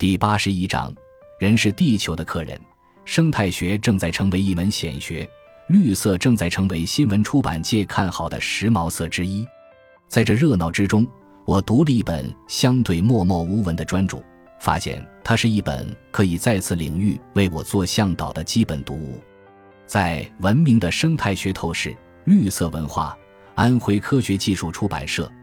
第81章，人是地球的客人。生态学正在成为一门显学，绿色正在成为新闻出版界看好的时髦色之一。在这热闹之中，我读了一本相对默默无闻的专著，发现它是一本可以在此领域为我做向导的基本读物。在文明的生态学透视，绿色文化，安徽科学技术出版社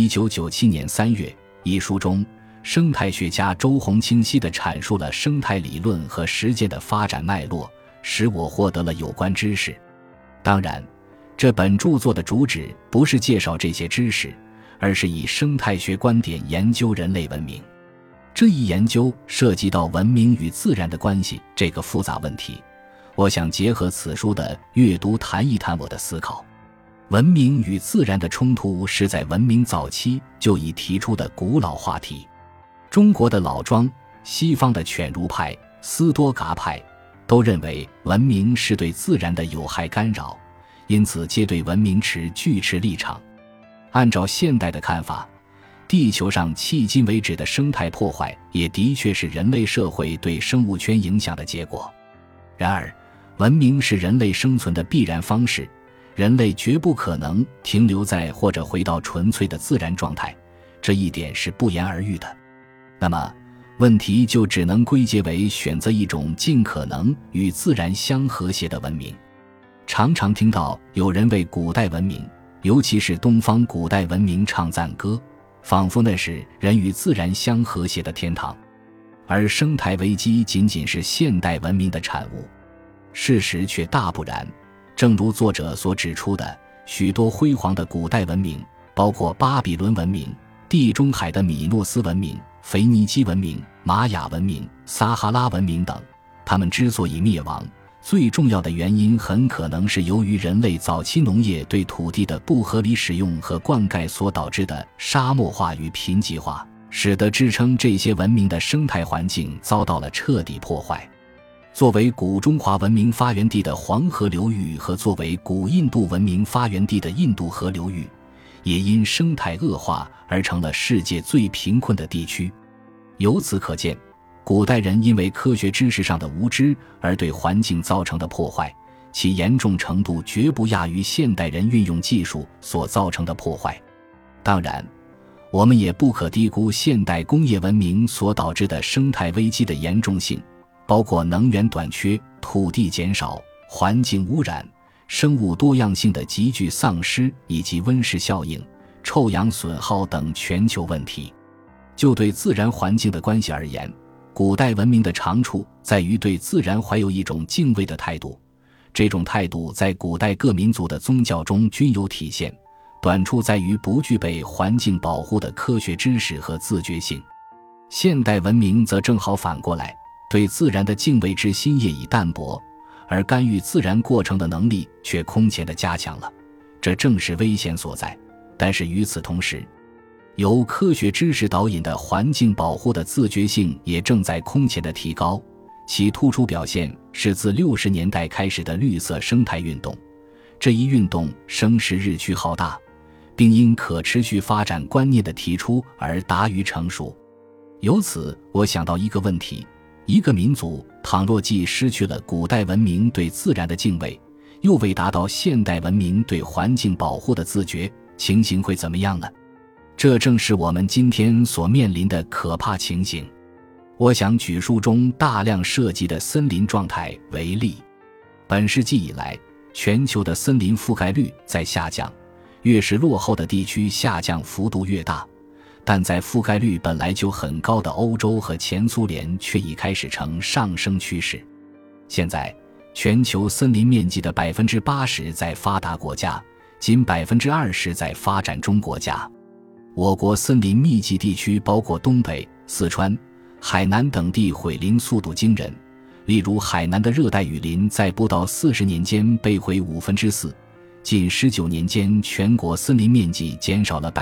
1997年3月一书中，生态学家周鸿清晰地阐述了生态理论和实践的发展脉络，使我获得了有关知识。当然，这本著作的主旨不是介绍这些知识，而是以生态学观点研究人类文明。这一研究涉及到文明与自然的关系这个复杂问题，我想结合此书的阅读谈一谈我的思考。文明与自然的冲突是在文明早期就已提出的古老话题。中国的老庄、西方的犬儒派、斯多噶派都认为文明是对自然的有害干扰，因此皆对文明持拒斥立场。按照现代的看法，地球上迄今为止的生态破坏也的确是人类社会对生物圈影响的结果。然而，文明是人类生存的必然方式，人类绝不可能停留在或者回到纯粹的自然状态，这一点是不言而喻的。那么，问题就只能归结为选择一种尽可能与自然相和谐的文明。常常听到有人为古代文明，尤其是东方古代文明唱赞歌，仿佛那是人与自然相和谐的天堂，而生态危机仅仅是现代文明的产物。事实却大不然，正如作者所指出的，许多辉煌的古代文明，包括巴比伦文明、地中海的米诺斯文明、腓尼基文明、玛雅文明、撒哈拉文明等，他们之所以灭亡，最重要的原因很可能是由于人类早期农业对土地的不合理使用和灌溉所导致的沙漠化与贫瘠化，使得支撑这些文明的生态环境遭到了彻底破坏。作为古中华文明发源地的黄河流域和作为古印度文明发源地的印度河流域，也因生态恶化而成了世界最贫困的地区。由此可见，古代人因为科学知识上的无知而对环境造成的破坏，其严重程度绝不亚于现代人运用技术所造成的破坏。当然，我们也不可低估现代工业文明所导致的生态危机的严重性，包括能源短缺、土地减少、环境污染、生物多样性的急剧丧失以及温室效应、臭氧损耗等全球问题。就对自然环境的关系而言，古代文明的长处在于对自然怀有一种敬畏的态度，这种态度在古代各民族的宗教中均有体现，短处在于不具备环境保护的科学知识和自觉性。现代文明则正好反过来，对自然的敬畏之心业已淡薄，而干预自然过程的能力却空前地加强了，这正是危险所在。但是与此同时，由科学知识导引的环境保护的自觉性也正在空前地提高，其突出表现是自60年代开始的绿色生态运动。这一运动声势日趋浩大，并因可持续发展观念的提出而达于成熟。由此我想到一个问题，一个民族倘若既失去了古代文明对自然的敬畏，又未达到现代文明对环境保护的自觉，情形会怎么样呢？这正是我们今天所面临的可怕情形。我想举书中大量涉及的森林状态为例。本世纪以来，全球的森林覆盖率在下降，越是落后的地区下降幅度越大，但在覆盖率本来就很高的欧洲和前苏联却已开始呈上升趋势。现在，全球森林面积的 80% 在发达国家，仅 20% 在发展中国家。我国森林密集地区包括东北、四川、海南等地毁林速度惊人，例如海南的热带雨林在不到40年间被毁4%，近19年间全国森林面积减少了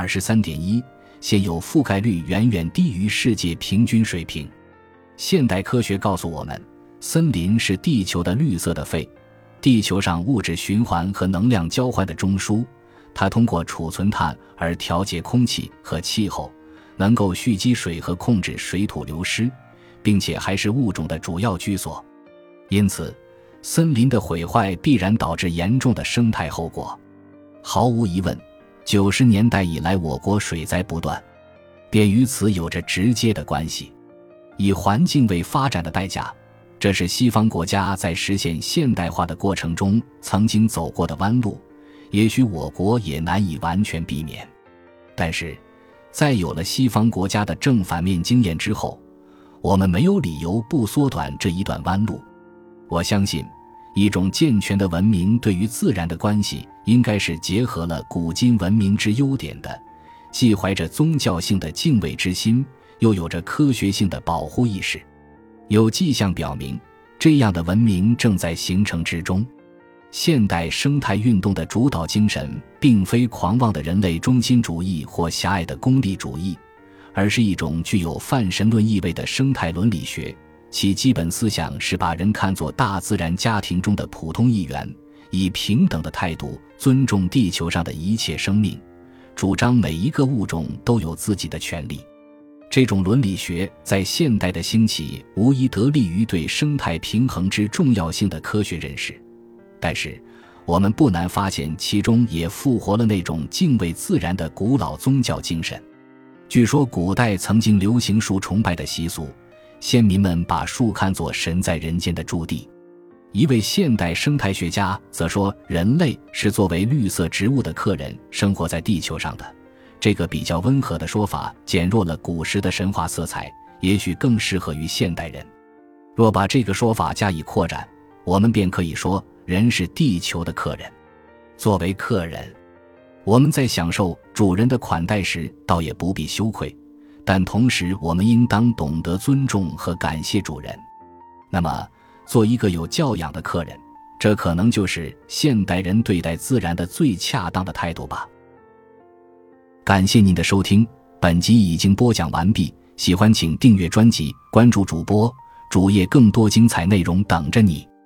23.1%， 现有覆盖率远远低于世界平均水平。现代科学告诉我们，森林是地球的绿色的肺，地球上物质循环和能量交换的中枢，它通过储存碳而调节空气和气候， 能够蓄积水和控制水土流失，并且还是物种的主要居所。因此，森林的毁坏必然导致严重的生态后果。毫无疑问，90年代以来我国水灾不断，便与此有着直接的关系。以环境为发展的代价，这是西方国家在实现现代化的过程中曾经走过的弯路，也许我国也难以完全避免。但是，在有了西方国家的正反面经验之后，我们没有理由不缩短这一段弯路。我相信，一种健全的文明对于自然的关系应该是结合了古今文明之优点的，既怀着宗教性的敬畏之心，又有着科学性的保护意识。有迹象表明，这样的文明正在形成之中。现代生态运动的主导精神并非狂妄的人类中心主义或狭隘的功利主义，而是一种具有泛神论意味的生态伦理学，其基本思想是把人看作大自然家庭中的普通一员，以平等的态度尊重地球上的一切生命，主张每一个物种都有自己的权利。这种伦理学在现代的兴起无疑得力于对生态平衡之重要性的科学认识，但是我们不难发现其中也复活了那种敬畏自然的古老宗教精神。据说古代曾经流行树崇拜的习俗，先民们把树看作神在人间的驻地。一位现代生态学家则说，人类是作为绿色植物的客人生活在地球上的。这个比较温和的说法减弱了古时的神话色彩，也许更适合于现代人。若把这个说法加以扩展，我们便可以说，人是地球的客人。作为客人，我们在享受主人的款待时倒也不必羞愧，但同时我们应当懂得尊重和感谢主人。那么，做一个有教养的客人，这可能就是现代人对待自然的最恰当的态度吧。感谢您的收听，本集已经播讲完毕，喜欢请订阅专辑，关注主播，主页更多精彩内容等着你。